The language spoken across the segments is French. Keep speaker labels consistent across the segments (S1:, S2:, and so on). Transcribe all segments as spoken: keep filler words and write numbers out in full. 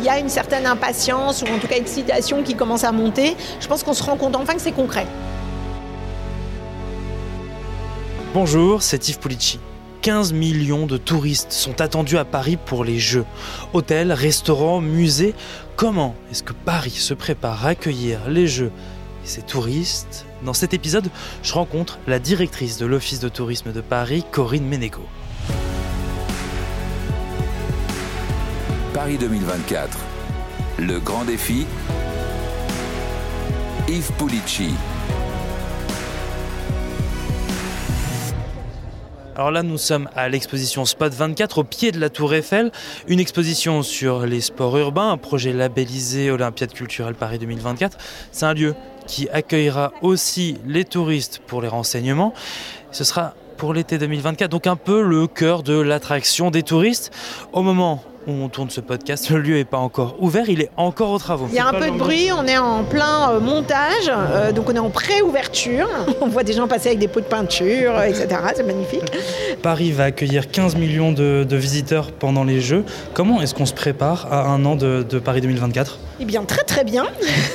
S1: y a une certaine impatience ou en tout cas excitation qui commence à monter. Je pense qu'on se rend compte enfin que c'est concret.
S2: Bonjour, c'est Yves Pulici. quinze millions de touristes sont attendus à Paris pour les Jeux. Hôtels, restaurants, musées. Comment est-ce que Paris se prépare à accueillir les Jeux et ses touristes ? Dans cet épisode, je rencontre la directrice de l'Office de tourisme de Paris, Corinne Ménégo.
S3: Paris deux mille vingt-quatre. Le grand défi. Yves Pulici.
S2: Alors là, nous sommes à l'exposition Spot vingt-quatre, au pied de la Tour Eiffel. Une exposition sur les sports urbains, un projet labellisé Olympiade culturelle Paris deux mille vingt-quatre. C'est un lieu qui accueillera aussi les touristes pour les renseignements. Ce sera pour l'été deux mille vingt-quatre, donc un peu le cœur de l'attraction des touristes. Au moment où on tourne ce podcast, le lieu n'est pas encore ouvert, il est encore aux travaux.
S1: Il y a un peu de bruit, on est en plein euh, montage, euh, donc on est en pré-ouverture. On voit des gens passer avec des pots de peinture, et cetera. C'est magnifique.
S2: Paris va accueillir quinze millions de, de visiteurs pendant les Jeux. Comment est-ce qu'on se prépare à un an de, de Paris deux mille vingt-quatre ?
S1: Eh bien, très très bien.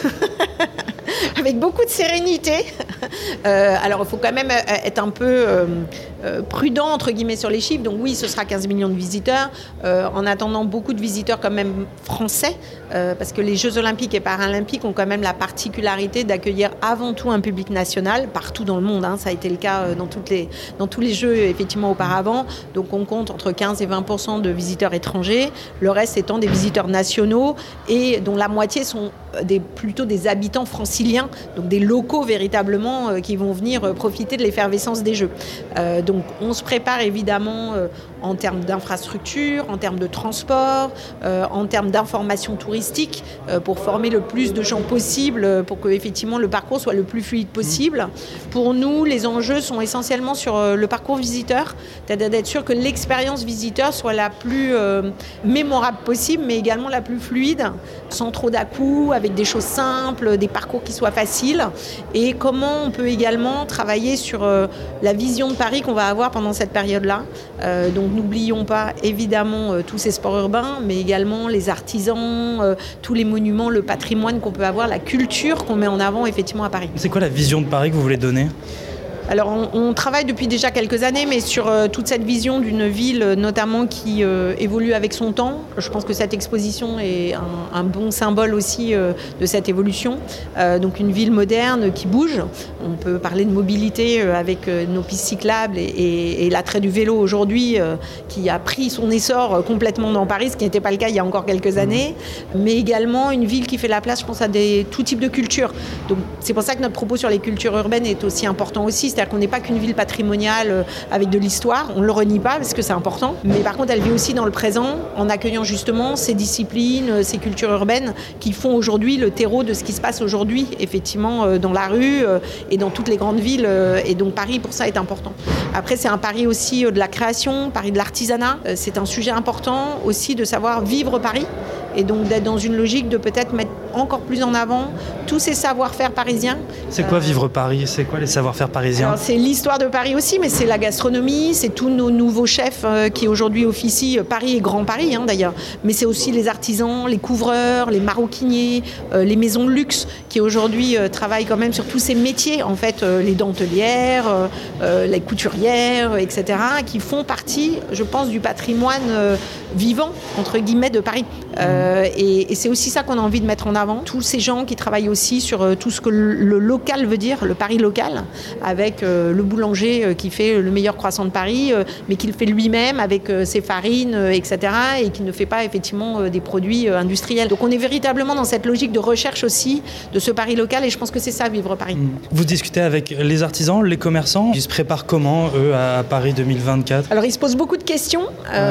S1: Avec beaucoup de sérénité. Euh, alors, il faut quand même être un peu euh, euh, prudent, entre guillemets, sur les chiffres. Donc oui, ce sera quinze millions de visiteurs. Euh, en attendant, beaucoup de visiteurs quand même français, euh, parce que les Jeux Olympiques et Paralympiques ont quand même la particularité d'accueillir avant tout un public national, partout dans le monde. Hein. Ça a été le cas dans, toutes les, dans tous les Jeux, effectivement, auparavant. Donc on compte entre quinze et vingt pour cent de visiteurs étrangers, le reste étant des visiteurs nationaux, et dont la moitié sont des, plutôt des habitants franciliens, donc des locaux véritablement euh, qui vont venir euh, profiter de l'effervescence des Jeux. Euh, donc on se prépare évidemment euh, en termes d'infrastructure, en termes de transport, euh, en termes d'information touristique euh, pour former le plus de gens possible, euh, pour que effectivement le parcours soit le plus fluide possible. Pour nous, les enjeux sont essentiellement sur euh, le parcours visiteur, c'est-à-dire d'être sûr que l'expérience visiteur soit la plus euh, mémorable possible, mais également la plus fluide, sans trop d'à-coups, avec des choses simples, des parcours qui soient faciles, et comment on peut également travailler sur euh, la vision de Paris qu'on va avoir pendant cette période-là. Euh, donc n'oublions pas évidemment euh, tous ces sports urbains, mais également les artisans, euh, tous les monuments, le patrimoine qu'on peut avoir, la culture qu'on met en avant effectivement à Paris.
S2: C'est quoi la vision de Paris que vous voulez donner ?
S1: Alors on, on travaille depuis déjà quelques années, mais sur euh, toute cette vision d'une ville euh, notamment qui euh, évolue avec son temps. Je pense que cette exposition est un, un bon symbole aussi euh, de cette évolution. Euh, donc une ville moderne qui bouge. On peut parler de mobilité euh, avec euh, nos pistes cyclables et, et, et l'attrait du vélo aujourd'hui euh, qui a pris son essor euh, complètement dans Paris, ce qui n'était pas le cas il y a encore quelques années. Mais également une ville qui fait la place, je pense, à des, tout type de culture. Donc c'est pour ça que notre propos sur les cultures urbaines est aussi important aussi. C'est-à-dire qu'on n'est pas qu'une ville patrimoniale avec de l'histoire, on ne le renie pas parce que c'est important, mais par contre elle vit aussi dans le présent en accueillant justement ces disciplines, ces cultures urbaines qui font aujourd'hui le terreau de ce qui se passe aujourd'hui effectivement dans la rue et dans toutes les grandes villes, et donc Paris pour ça est important. Après c'est un Paris aussi de la création, Paris de l'artisanat, c'est un sujet important aussi de savoir vivre Paris et donc d'être dans une logique de peut-être mettre encore plus en avant tous ces savoir-faire parisiens.
S2: C'est quoi vivre Paris ? C'est quoi les savoir-faire parisiens ?
S1: Alors, c'est l'histoire de Paris aussi, mais c'est la gastronomie, c'est tous nos nouveaux chefs euh, qui aujourd'hui officient, Paris et Grand Paris hein, d'ailleurs, mais c'est aussi les artisans, les couvreurs, les maroquiniers, euh, les maisons de luxe qui aujourd'hui euh, travaillent quand même sur tous ces métiers, en fait, euh, les dentelières, euh, euh, les couturières, et cetera, qui font partie, je pense, du patrimoine euh, vivant, entre guillemets, de Paris. Euh, et, et c'est aussi ça qu'on a envie de mettre en avant. Tous ces gens qui travaillent aussi sur euh, tout ce que le, le local veut dire, le Paris local, avec euh, le boulanger euh, qui fait le meilleur croissant de Paris, euh, mais qui le fait lui-même avec euh, ses farines, euh, et cetera, et qui ne fait pas effectivement euh, des produits euh, industriels. Donc on est véritablement dans cette logique de recherche aussi de ce Paris local, et je pense que c'est ça, vivre Paris.
S2: Vous discutez avec les artisans, les commerçants, ils se préparent comment, eux, à Paris deux mille vingt-quatre ?
S1: Alors ils se posent beaucoup de questions.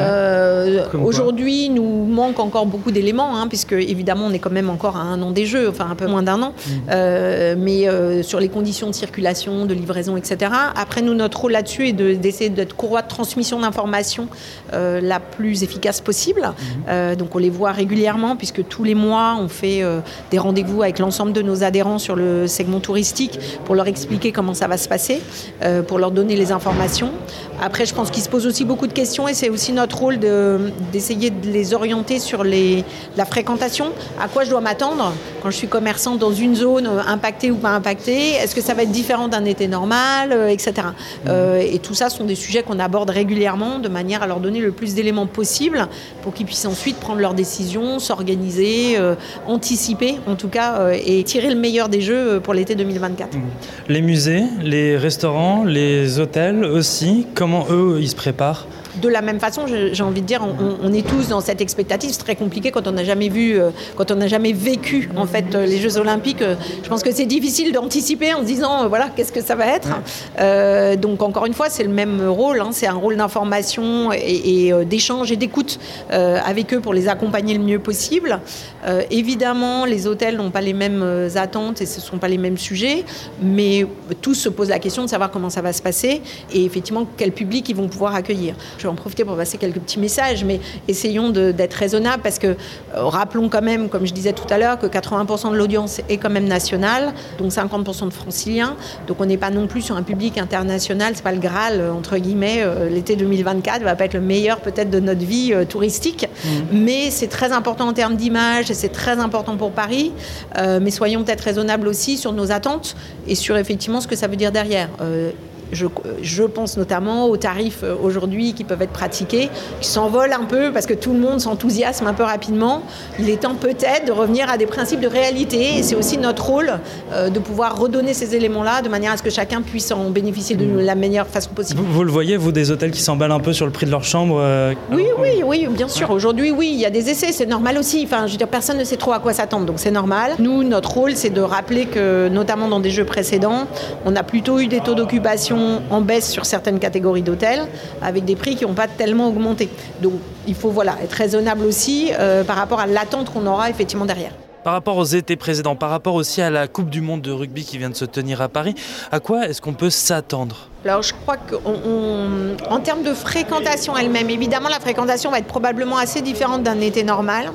S1: Euh, aujourd'hui, il nous manque encore beaucoup d'éléments, hein, puisque évidemment on est quand même encore à un an des Jeux, enfin un peu moins d'un an, mmh. euh, mais euh, sur les conditions de circulation, de livraison, et cetera. Après, nous, notre rôle là-dessus est de, d'essayer d'être courroie de transmission d'informations euh, la plus efficace possible. Mmh. Euh, donc on les voit régulièrement, puisque tous les mois, on fait euh, des rendez-vous avec l'ensemble de nos adhérents sur le segment touristique pour leur expliquer comment ça va se passer, euh, pour leur donner les informations. Après, je pense qu'il se pose aussi beaucoup de questions, et c'est aussi notre rôle de, d'essayer de les orienter sur les, la fréquentation. À quoi je dois m'attendre quand je suis commerçante dans une zone impactée ou pas impactée? Est-ce que ça va être différent d'un été normal, euh, et cetera. Euh, et tout ça sont des sujets qu'on aborde régulièrement de manière à leur donner le plus d'éléments possible pour qu'ils puissent ensuite prendre leurs décisions, s'organiser, euh, anticiper en tout cas, euh, et tirer le meilleur des jeux pour l'été deux mille vingt-quatre.
S2: Les musées, les restaurants, les hôtels aussi, comment eux, ils se préparent ?
S1: De la même façon, j'ai envie de dire, on, on est tous dans cette expectative. C'est très compliqué quand on n'a jamais vu, quand on n'a jamais vécu en fait les Jeux Olympiques. Je pense que c'est difficile d'anticiper en se disant, voilà, qu'est-ce que ça va être. Euh, donc encore une fois, c'est le même rôle. Hein, c'est un rôle d'information et, et d'échange et d'écoute euh, avec eux pour les accompagner le mieux possible. Euh, évidemment, les hôtels n'ont pas les mêmes attentes et ce ne sont pas les mêmes sujets, mais tous se posent la question de savoir comment ça va se passer et effectivement quel public ils vont pouvoir accueillir. Je vais en profiter pour passer quelques petits messages, mais essayons de, d'être raisonnables parce que euh, rappelons quand même, comme je disais tout à l'heure, que quatre-vingts pour cent de l'audience est quand même nationale, donc cinquante pour cent de franciliens. Donc on n'est pas non plus sur un public international, c'est pas le Graal, entre guillemets. Euh, l'été deux mille vingt-quatre va pas être le meilleur peut-être de notre vie euh, touristique, mmh. mais c'est très important en termes d'image et c'est très important pour Paris. Euh, mais soyons peut-être raisonnables aussi sur nos attentes et sur effectivement ce que ça veut dire derrière. Euh, Je, je pense notamment aux tarifs aujourd'hui qui peuvent être pratiqués, qui s'envolent un peu parce que tout le monde s'enthousiasme un peu rapidement. Il est temps peut-être de revenir à des principes de réalité et c'est aussi notre rôle euh, de pouvoir redonner ces éléments-là de manière à ce que chacun puisse en bénéficier de la meilleure façon possible.
S2: Vous, vous le voyez, vous, des hôtels qui s'emballent un peu sur le prix de leur chambre euh...
S1: Oui, oui, oui, bien sûr. Aujourd'hui, oui, il y a des essais, c'est normal aussi. Enfin, je veux dire, personne ne sait trop à quoi s'attendre, donc c'est normal. Nous, notre rôle, c'est de rappeler que, notamment dans des jeux précédents, on a plutôt eu des taux d'occupation en baisse sur certaines catégories d'hôtels avec des prix qui n'ont pas tellement augmenté. Donc il faut voilà, être raisonnable aussi euh, par rapport à l'attente qu'on aura effectivement derrière.
S2: Par rapport aux étés précédents, par rapport aussi à la Coupe du Monde de rugby qui vient de se tenir à Paris, à quoi est-ce qu'on peut s'attendre ?
S1: Alors je crois qu'en termes de fréquentation elle-même, évidemment la fréquentation va être probablement assez différente d'un été normal.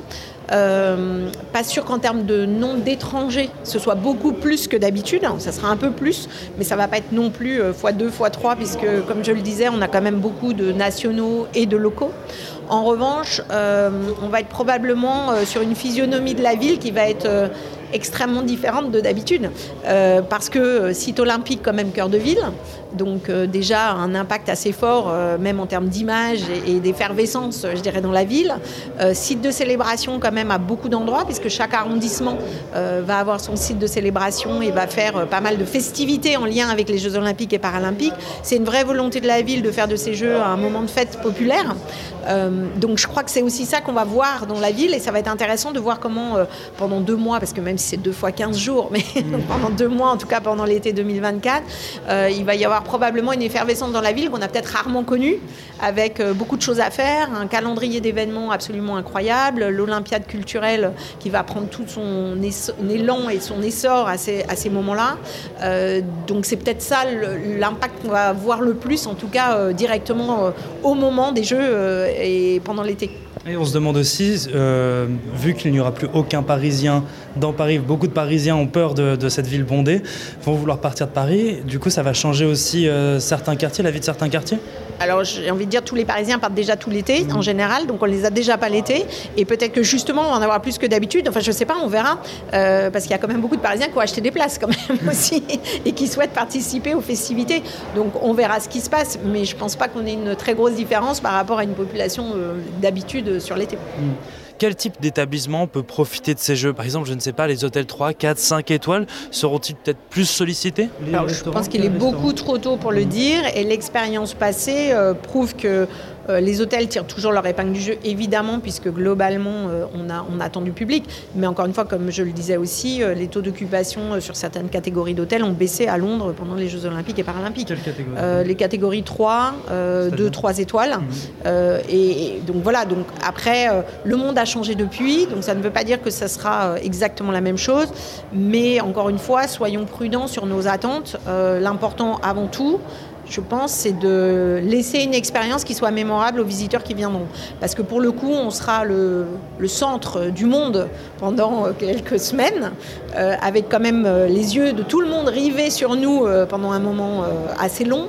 S1: Euh, pas sûr qu'en termes de nombre d'étrangers, ce soit beaucoup plus que d'habitude. Ça sera un peu plus, mais ça ne va pas être non plus fois deux, fois trois, puisque, comme je le disais, on a quand même beaucoup de nationaux et de locaux. En revanche, euh, on va être probablement euh, sur une physionomie de la ville qui va être euh, extrêmement différente de d'habitude. Euh, parce que euh, site olympique, quand même, cœur de ville. Donc euh, déjà un impact assez fort, euh, même en termes d'image et, et d'effervescence, je dirais, dans la ville. Euh, site de célébration quand même à beaucoup d'endroits, puisque chaque arrondissement euh, va avoir son site de célébration et va faire euh, pas mal de festivités en lien avec les Jeux Olympiques et Paralympiques. C'est une vraie volonté de la ville de faire de ces Jeux un moment de fête populaire. Euh, donc je crois que c'est aussi ça qu'on va voir dans la ville et ça va être intéressant de voir comment euh, pendant deux mois, parce que même si c'est deux fois quinze jours, mais pendant deux mois, en tout cas pendant l'été deux mille vingt-quatre, euh, il va y avoir probablement une effervescence dans la ville qu'on a peut-être rarement connue, avec euh, beaucoup de choses à faire, un calendrier d'événements absolument incroyable, l'Olympiade culturelle qui va prendre tout son élan et son essor à ces, à ces moments-là. Euh, donc c'est peut-être ça l'impact qu'on va voir le plus, en tout cas euh, directement euh, au moment des Jeux euh, et pendant l'été.
S2: Et on se demande aussi, euh, vu qu'il n'y aura plus aucun Parisien dans Paris, beaucoup de Parisiens ont peur de, de cette ville bondée, vont vouloir partir de Paris. Du coup, ça va changer aussi euh, certains quartiers, la vie de certains quartiers ?
S1: Alors j'ai envie de dire, tous les Parisiens partent déjà tout l'été mmh. en général, donc on les a déjà pas l'été, et peut-être que justement on va en avoir plus que d'habitude, enfin je sais pas, on verra, euh, parce qu'il y a quand même beaucoup de Parisiens qui ont acheté des places quand même aussi, et qui souhaitent participer aux festivités, donc on verra ce qui se passe, mais je pense pas qu'on ait une très grosse différence par rapport à une population euh, d'habitude sur l'été. Mmh.
S2: Quel type d'établissement peut profiter de ces Jeux ? Par exemple, je ne sais pas, les hôtels trois, quatre, cinq étoiles seront-ils peut-être plus sollicités ?
S1: Alors, je pense qu'il est beaucoup trop tôt pour le dire et l'expérience passée euh, prouve que euh, les hôtels tirent toujours leur épingle du jeu, évidemment, puisque globalement, euh, on, a, on attend du public. Mais encore une fois, comme je le disais aussi, euh, les taux d'occupation euh, sur certaines catégories d'hôtels ont baissé à Londres pendant les Jeux Olympiques et Paralympiques.
S2: Quelle catégorie ?
S1: euh, Les catégories trois, euh, deux, trois étoiles. Mmh. Euh, et, et donc voilà, donc après, euh, le monde a changé depuis, donc ça ne veut pas dire que ça sera exactement la même chose, mais encore une fois, soyons prudents sur nos attentes. Euh, l'important avant tout, je pense, c'est de laisser une expérience qui soit mémorable aux visiteurs qui viendront. Parce que pour le coup, on sera le, le centre du monde pendant quelques semaines, euh, avec quand même les yeux de tout le monde rivés sur nous euh, pendant un moment euh, assez long.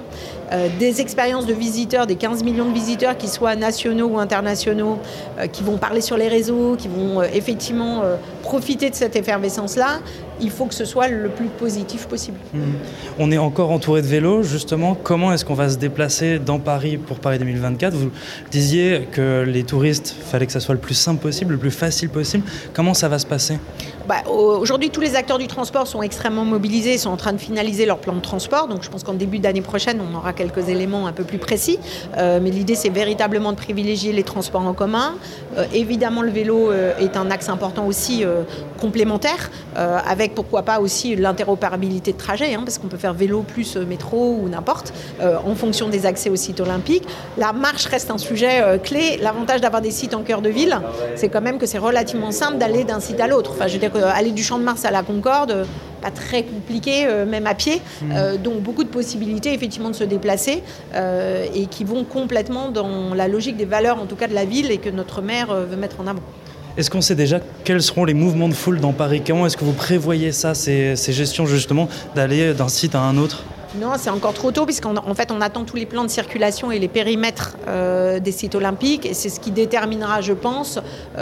S1: euh, des expériences de visiteurs, des quinze millions de visiteurs, qui soient nationaux ou internationaux, euh, qui vont parler sur les réseaux, qui vont euh, effectivement euh, profiter de cette effervescence-là. Il faut que ce soit le plus positif possible.
S2: Mmh. On est encore entouré de vélos, justement. Comment est-ce qu'on va se déplacer dans Paris pour Paris deux mille vingt-quatre ? Vous disiez que les touristes, il fallait que ça soit le plus simple possible, le plus facile possible. Comment ça va se passer ?
S1: Bah, aujourd'hui, tous les acteurs du transport sont extrêmement mobilisés, sont en train de finaliser leur plan de transport. Donc je pense qu'en début d'année prochaine, on aura quelques éléments un peu plus précis. Euh, mais l'idée, c'est véritablement de privilégier les transports en commun. Euh, évidemment, le vélo euh, est un axe important aussi euh, complémentaire, euh, avec pourquoi pas aussi l'interopérabilité de trajet, hein, parce qu'on peut faire vélo plus métro ou n'importe, euh, en fonction des accès aux sites olympiques. La marche reste un sujet euh, clé. L'avantage d'avoir des sites en cœur de ville, c'est quand même que c'est relativement simple d'aller d'un site à l'autre. Enfin, je veux dire qu'aller du Champ de Mars à la Concorde, pas très compliqué, euh, même à pied. Mmh. Euh, donc beaucoup de possibilités effectivement de se déplacer euh, et qui vont complètement dans la logique des valeurs, en tout cas de la ville, et que notre maire euh, veut mettre en avant.
S2: Est-ce qu'on sait déjà quels seront les mouvements de foule dans Paris ? Comment est-ce que vous prévoyez ça, ces, ces gestions justement, d'aller d'un site à un autre ?
S1: Non, c'est encore trop tôt, puisqu'en en fait, on attend tous les plans de circulation et les périmètres euh, des sites olympiques. Et c'est ce qui déterminera, je pense,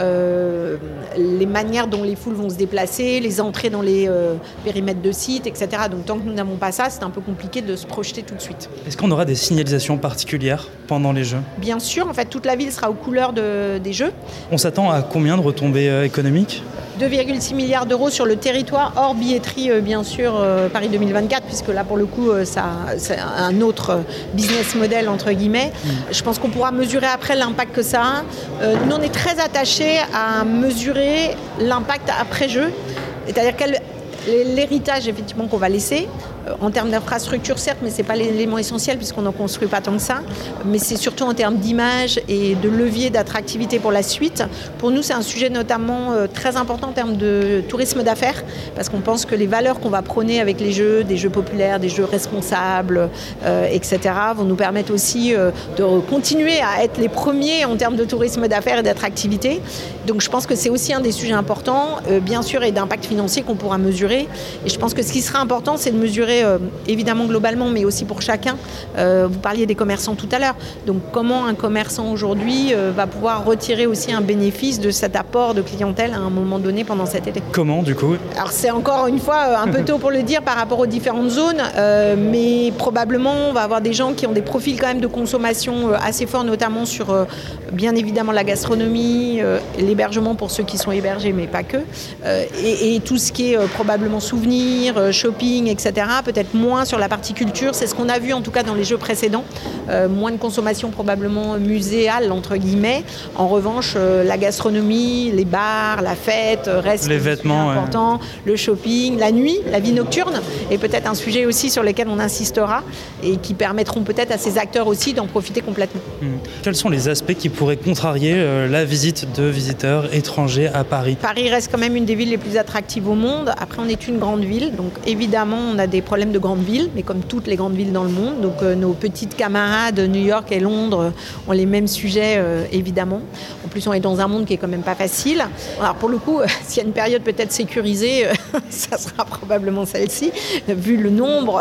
S1: euh, les manières dont les foules vont se déplacer, les entrées dans les euh, périmètres de sites, et cetera. Donc tant que nous n'avons pas ça, c'est un peu compliqué de se projeter tout de suite.
S2: Est-ce qu'on aura des signalisations particulières pendant les Jeux ?
S1: Bien sûr, en fait, toute la ville sera aux couleurs de, des Jeux.
S2: On s'attend à combien de retombées euh, économiques ?
S1: deux virgule six milliards d'euros sur le territoire, hors billetterie, euh, bien sûr, euh, Paris deux mille vingt-quatre, puisque là, pour le coup, euh, ça, c'est un autre business model, entre guillemets. Mmh. Je pense qu'on pourra mesurer après l'impact que ça a. Euh, nous, on est très attachés à mesurer l'impact après-jeu, c'est-à-dire quel l'héritage, effectivement, qu'on va laisser. En termes d'infrastructure, certes, mais ce n'est pas l'élément essentiel puisqu'on n'en construit pas tant que ça. Mais c'est surtout en termes d'image et de levier d'attractivité pour la suite. Pour nous, c'est un sujet notamment euh, très important en termes de tourisme d'affaires, parce qu'on pense que les valeurs qu'on va prôner avec les jeux, des jeux populaires, des jeux responsables, euh, et cetera, vont nous permettre aussi euh, de continuer à être les premiers en termes de tourisme d'affaires et d'attractivité. Donc je pense que c'est aussi un des sujets importants, euh, bien sûr, et d'impact financier qu'on pourra mesurer. Et je pense que ce qui sera important, c'est de mesurer Euh, évidemment globalement, mais aussi pour chacun. Euh, vous parliez des commerçants tout à l'heure. Donc comment un commerçant aujourd'hui euh, va pouvoir retirer aussi un bénéfice de cet apport de clientèle à un moment donné pendant cet été ?
S2: Comment du coup ?
S1: Alors c'est encore une fois un peu tôt pour le dire par rapport aux différentes zones, euh, mais probablement on va avoir des gens qui ont des profils quand même de consommation euh, assez forts, notamment sur euh, bien évidemment la gastronomie, euh, l'hébergement pour ceux qui sont hébergés, mais pas que, euh, et, et tout ce qui est euh, probablement souvenirs, euh, shopping, et cetera. Peut-être moins sur la partie culture, c'est ce qu'on a vu en tout cas dans les jeux précédents, euh, moins de consommation probablement muséale entre guillemets. En revanche, euh, la gastronomie, les bars, la fête euh, restent
S2: les vêtements
S1: importants,
S2: ouais.
S1: Le shopping, la nuit, la vie nocturne est peut-être un sujet aussi sur lequel on insistera et qui permettront peut-être à ces acteurs aussi d'en profiter complètement.
S2: Mmh. Quels sont les aspects qui pourraient contrarier euh, la visite de visiteurs étrangers à Paris ?
S1: Paris reste quand même une des villes les plus attractives au monde. Après, on est une grande ville, donc évidemment on a des problèmes de grandes villes, mais comme toutes les grandes villes dans le monde. Donc euh, nos petites camarades New York et Londres ont les mêmes sujets, euh, évidemment. En plus, on est dans un monde qui est quand même pas facile. Alors pour le coup, euh, s'il y a une période peut-être sécurisée, euh, ça sera probablement celle-ci, vu le nombre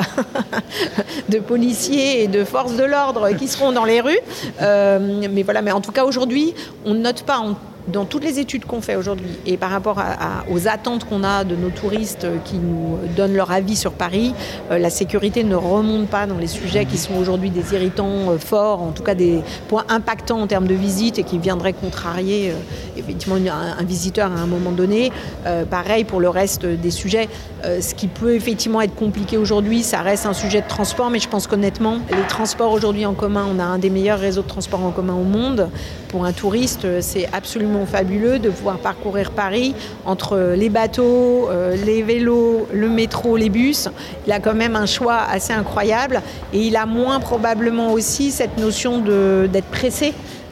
S1: de policiers et de forces de l'ordre qui seront dans les rues. Euh, mais voilà, mais en tout cas aujourd'hui, on ne note pas en dans toutes les études qu'on fait aujourd'hui et par rapport à, à, aux attentes qu'on a de nos touristes qui nous donnent leur avis sur Paris, euh, la sécurité ne remonte pas dans les sujets qui sont aujourd'hui des irritants euh, forts, en tout cas des points impactants en termes de visite et qui viendraient contrarier euh, effectivement une, un, un visiteur à un moment donné. Euh, pareil pour le reste des sujets. Euh, ce qui peut effectivement être compliqué aujourd'hui, ça reste un sujet de transport, mais je pense qu'honnêtement, les transports aujourd'hui en commun, on a un des meilleurs réseaux de transport en commun au monde. Pour un touriste, c'est absolument fabuleux de pouvoir parcourir Paris entre les bateaux, euh, les vélos, le métro, les bus. Il a quand même un choix assez incroyable et il a moins probablement aussi cette notion de, d'être pressé.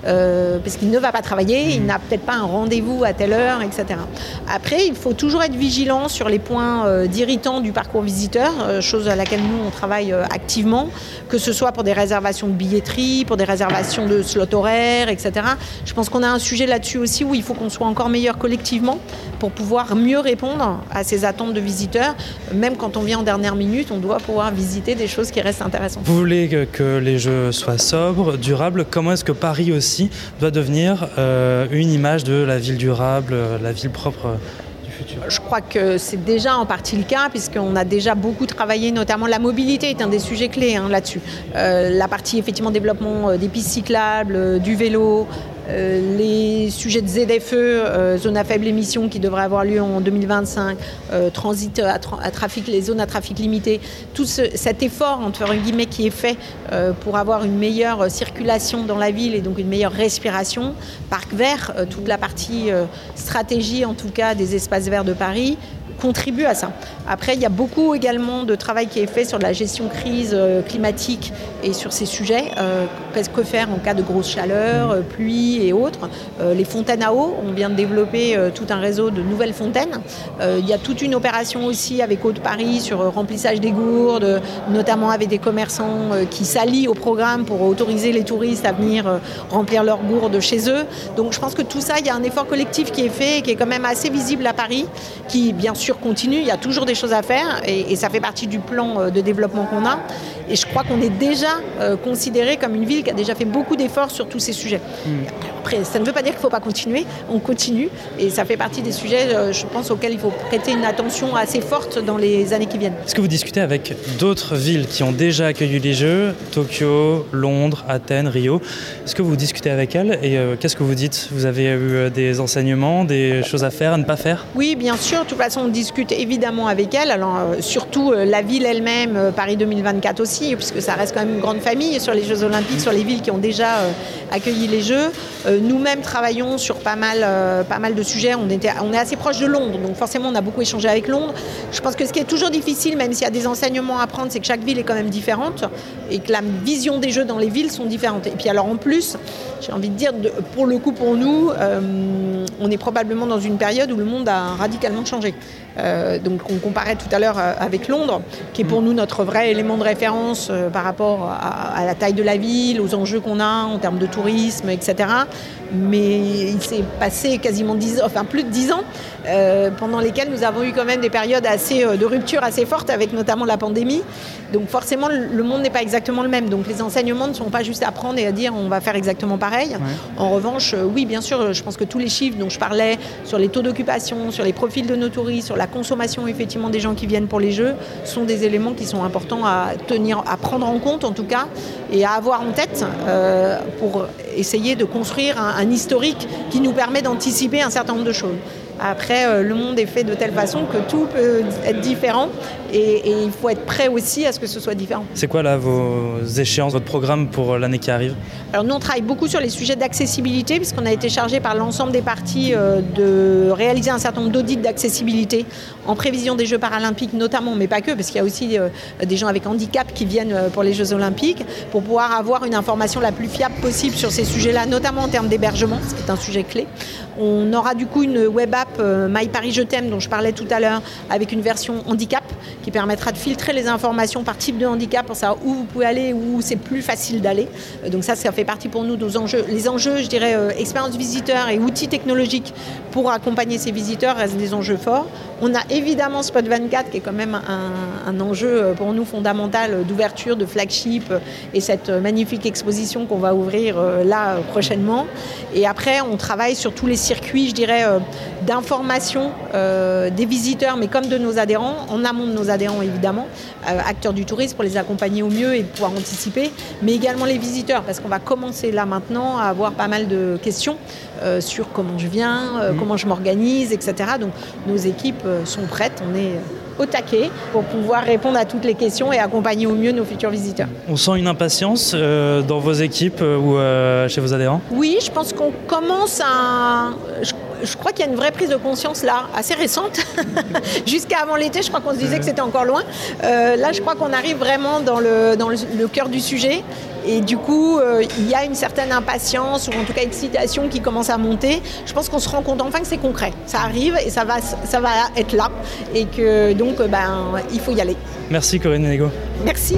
S1: euh, parce qu'il ne va pas travailler, il n'a peut-être pas un rendez-vous à telle heure, et cetera. Après, il faut toujours être vigilant sur les points euh, d'irritants du parcours visiteur, euh, chose à laquelle nous, on travaille euh, activement, que ce soit pour des réservations de billetterie, pour des réservations de slots horaires, et cetera. Je pense qu'on a un sujet là-dessus aussi où il faut qu'on soit encore meilleur collectivement pour pouvoir mieux répondre à ces attentes de visiteurs. Même quand on vient en dernière minute, on doit pouvoir visiter des choses qui restent intéressantes.
S2: Vous voulez que, que les jeux soient sobres, durables. Comment est-ce que Paris aussi doit devenir euh, une image de la ville durable, la ville propre du futur ?
S1: Je crois que c'est déjà en partie le cas, puisqu'on a déjà beaucoup travaillé, notamment la mobilité est un des sujets clés hein, là-dessus. Euh, la partie effectivement développement euh, des pistes cyclables, euh, du vélo, Euh, les sujets de Z F E, euh, zone à faible émission qui devrait avoir lieu en deux mille vingt-cinq, euh, transit à, tra- à trafic, les zones à trafic limité, tout ce, cet effort entre guillemets qui est fait euh, pour avoir une meilleure circulation dans la ville et donc une meilleure respiration, parc vert, euh, toute la partie euh, stratégie en tout cas des espaces verts de Paris contribue à ça. Après, il y a beaucoup également de travail qui est fait sur la gestion crise euh, climatique et sur ces sujets. Euh, qu'est-ce que faire en cas de grosse chaleur, euh, pluie et autres. Euh, les fontaines à eau, on vient de développer euh, tout un réseau de nouvelles fontaines. Euh, il y a toute une opération aussi avec Eau de Paris sur euh, remplissage des gourdes, notamment avec des commerçants euh, qui s'allient au programme pour autoriser les touristes à venir euh, remplir leurs gourdes chez eux. Donc je pense que tout ça, il y a un effort collectif qui est fait et qui est quand même assez visible à Paris, qui bien sûr continue, il y a toujours des choses à faire et, et ça fait partie du plan de développement qu'on a. Et je crois qu'on est déjà euh, considéré comme une ville qui a déjà fait beaucoup d'efforts sur tous ces sujets. Mmh. Après, ça ne veut pas dire qu'il ne faut pas continuer, on continue et ça fait partie des sujets, euh, je pense, auxquels il faut prêter une attention assez forte dans les années qui viennent.
S2: Est-ce que vous discutez avec d'autres villes qui ont déjà accueilli les Jeux, Tokyo, Londres, Athènes, Rio? Est-ce que vous discutez avec elles et euh, qu'est-ce que vous dites? Vous avez eu des enseignements, des choses à faire, à ne pas faire?
S1: Oui, bien sûr, de toute façon, on discute évidemment avec elles, alors euh, surtout euh, la ville elle-même, euh, Paris deux mille vingt-quatre aussi, puisque ça reste quand même une grande famille sur les Jeux Olympiques, sur les villes qui ont déjà euh, accueilli les Jeux. Euh, nous-mêmes travaillons sur pas mal, euh, pas mal de sujets. On, était, on est assez proche de Londres, donc forcément on a beaucoup échangé avec Londres. Je pense que ce qui est toujours difficile, même s'il y a des enseignements à prendre, c'est que chaque ville est quand même différente et que la vision des Jeux dans les villes sont différentes. Et puis alors en plus, j'ai envie de dire, de, pour le coup pour nous, euh, on est probablement dans une période où le monde a radicalement changé. Euh, donc on comparait tout à l'heure euh, avec Londres, qui est pour nous notre vrai élément de référence euh, par rapport à, à la taille de la ville, aux enjeux qu'on a en termes de tourisme, et cetera. Mais il s'est passé quasiment dix, enfin plus de dix ans, euh, pendant lesquels nous avons eu quand même des périodes assez, euh, de rupture assez fortes, avec notamment la pandémie. Donc forcément, le monde n'est pas exactement le même. Donc les enseignements ne sont pas juste à prendre et à dire on va faire exactement pareil. Ouais. En revanche, euh, oui, bien sûr, je pense que tous les chiffres dont je parlais, sur les taux d'occupation, sur les profils de nos touristes, sur la consommation effectivement des gens qui viennent pour les Jeux, sont des éléments qui sont importants à tenir, à prendre en compte en tout cas, et à avoir en tête euh, pour essayer de construire un, un historique qui nous permet d'anticiper un certain nombre de choses. Après, euh, le monde est fait de telle façon que tout peut être différent et, et il faut être prêt aussi à ce que ce soit différent.
S2: C'est quoi là vos échéances, votre programme pour l'année qui arrive?
S1: Alors nous, on travaille beaucoup sur les sujets d'accessibilité puisqu'on a été chargé par l'ensemble des parties euh, de réaliser un certain nombre d'audits d'accessibilité en prévision des Jeux paralympiques notamment, mais pas que, parce qu'il y a aussi euh, des gens avec handicap qui viennent euh, pour les Jeux olympiques, pour pouvoir avoir une information la plus fiable possible sur ces sujets-là, notamment en termes d'hébergement, ce qui est un sujet clé. On aura du coup une web app euh, My Paris Je t'aime dont je parlais tout à l'heure avec une version handicap qui permettra de filtrer les informations par type de handicap pour savoir où vous pouvez aller, où c'est plus facile d'aller. Euh, donc ça, ça fait partie pour nous de nos enjeux. Les enjeux, je dirais, euh, expérience visiteur et outils technologiques pour accompagner ces visiteurs restent des enjeux forts. On a évidemment Spot vingt-quatre qui est quand même un, un enjeu pour nous fondamental d'ouverture, de flagship et cette magnifique exposition qu'on va ouvrir euh, là prochainement. Et après, on travaille sur tous les circuits, je dirais, euh, d'information euh, des visiteurs, mais comme de nos adhérents, en amont de nos adhérents évidemment, euh, acteurs du tourisme pour les accompagner au mieux et pouvoir anticiper, mais également les visiteurs, parce qu'on va commencer là maintenant à avoir pas mal de questions euh, sur comment je viens, euh, mmh. comment je m'organise, et cetera. Donc nos équipes euh, sont prêtes, on est au taquet pour pouvoir répondre à toutes les questions et accompagner au mieux nos futurs visiteurs.
S2: On sent une impatience euh, dans vos équipes euh, ou euh, chez vos adhérents?
S1: Oui, je pense qu'on commence à... Je... je crois qu'il y a une vraie prise de conscience là, assez récente. Jusqu'à avant l'été, je crois qu'on se disait que c'était encore loin. Euh, là, je crois qu'on arrive vraiment dans le, dans le, le cœur du sujet. Et du coup, euh, il y a une certaine impatience, ou en tout cas excitation qui commence à monter. Je pense qu'on se rend compte enfin que c'est concret. Ça arrive et ça va, ça va être là. Et que donc, ben, il faut y aller.
S2: Merci Corinne Hénago.
S1: Merci.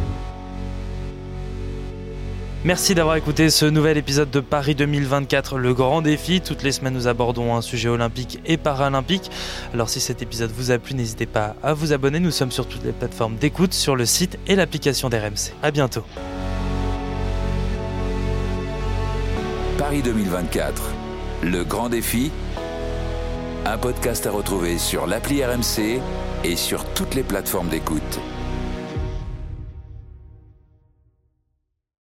S2: Merci d'avoir écouté ce nouvel épisode de Paris deux mille vingt-quatre, le grand défi. Toutes les semaines, nous abordons un sujet olympique et paralympique. Alors si cet épisode vous a plu, n'hésitez pas à vous abonner. Nous sommes sur toutes les plateformes d'écoute, sur le site et l'application d'R M C. À bientôt.
S3: Paris deux mille vingt-quatre, le grand défi. Un podcast à retrouver sur l'appli R M C et sur toutes les plateformes d'écoute.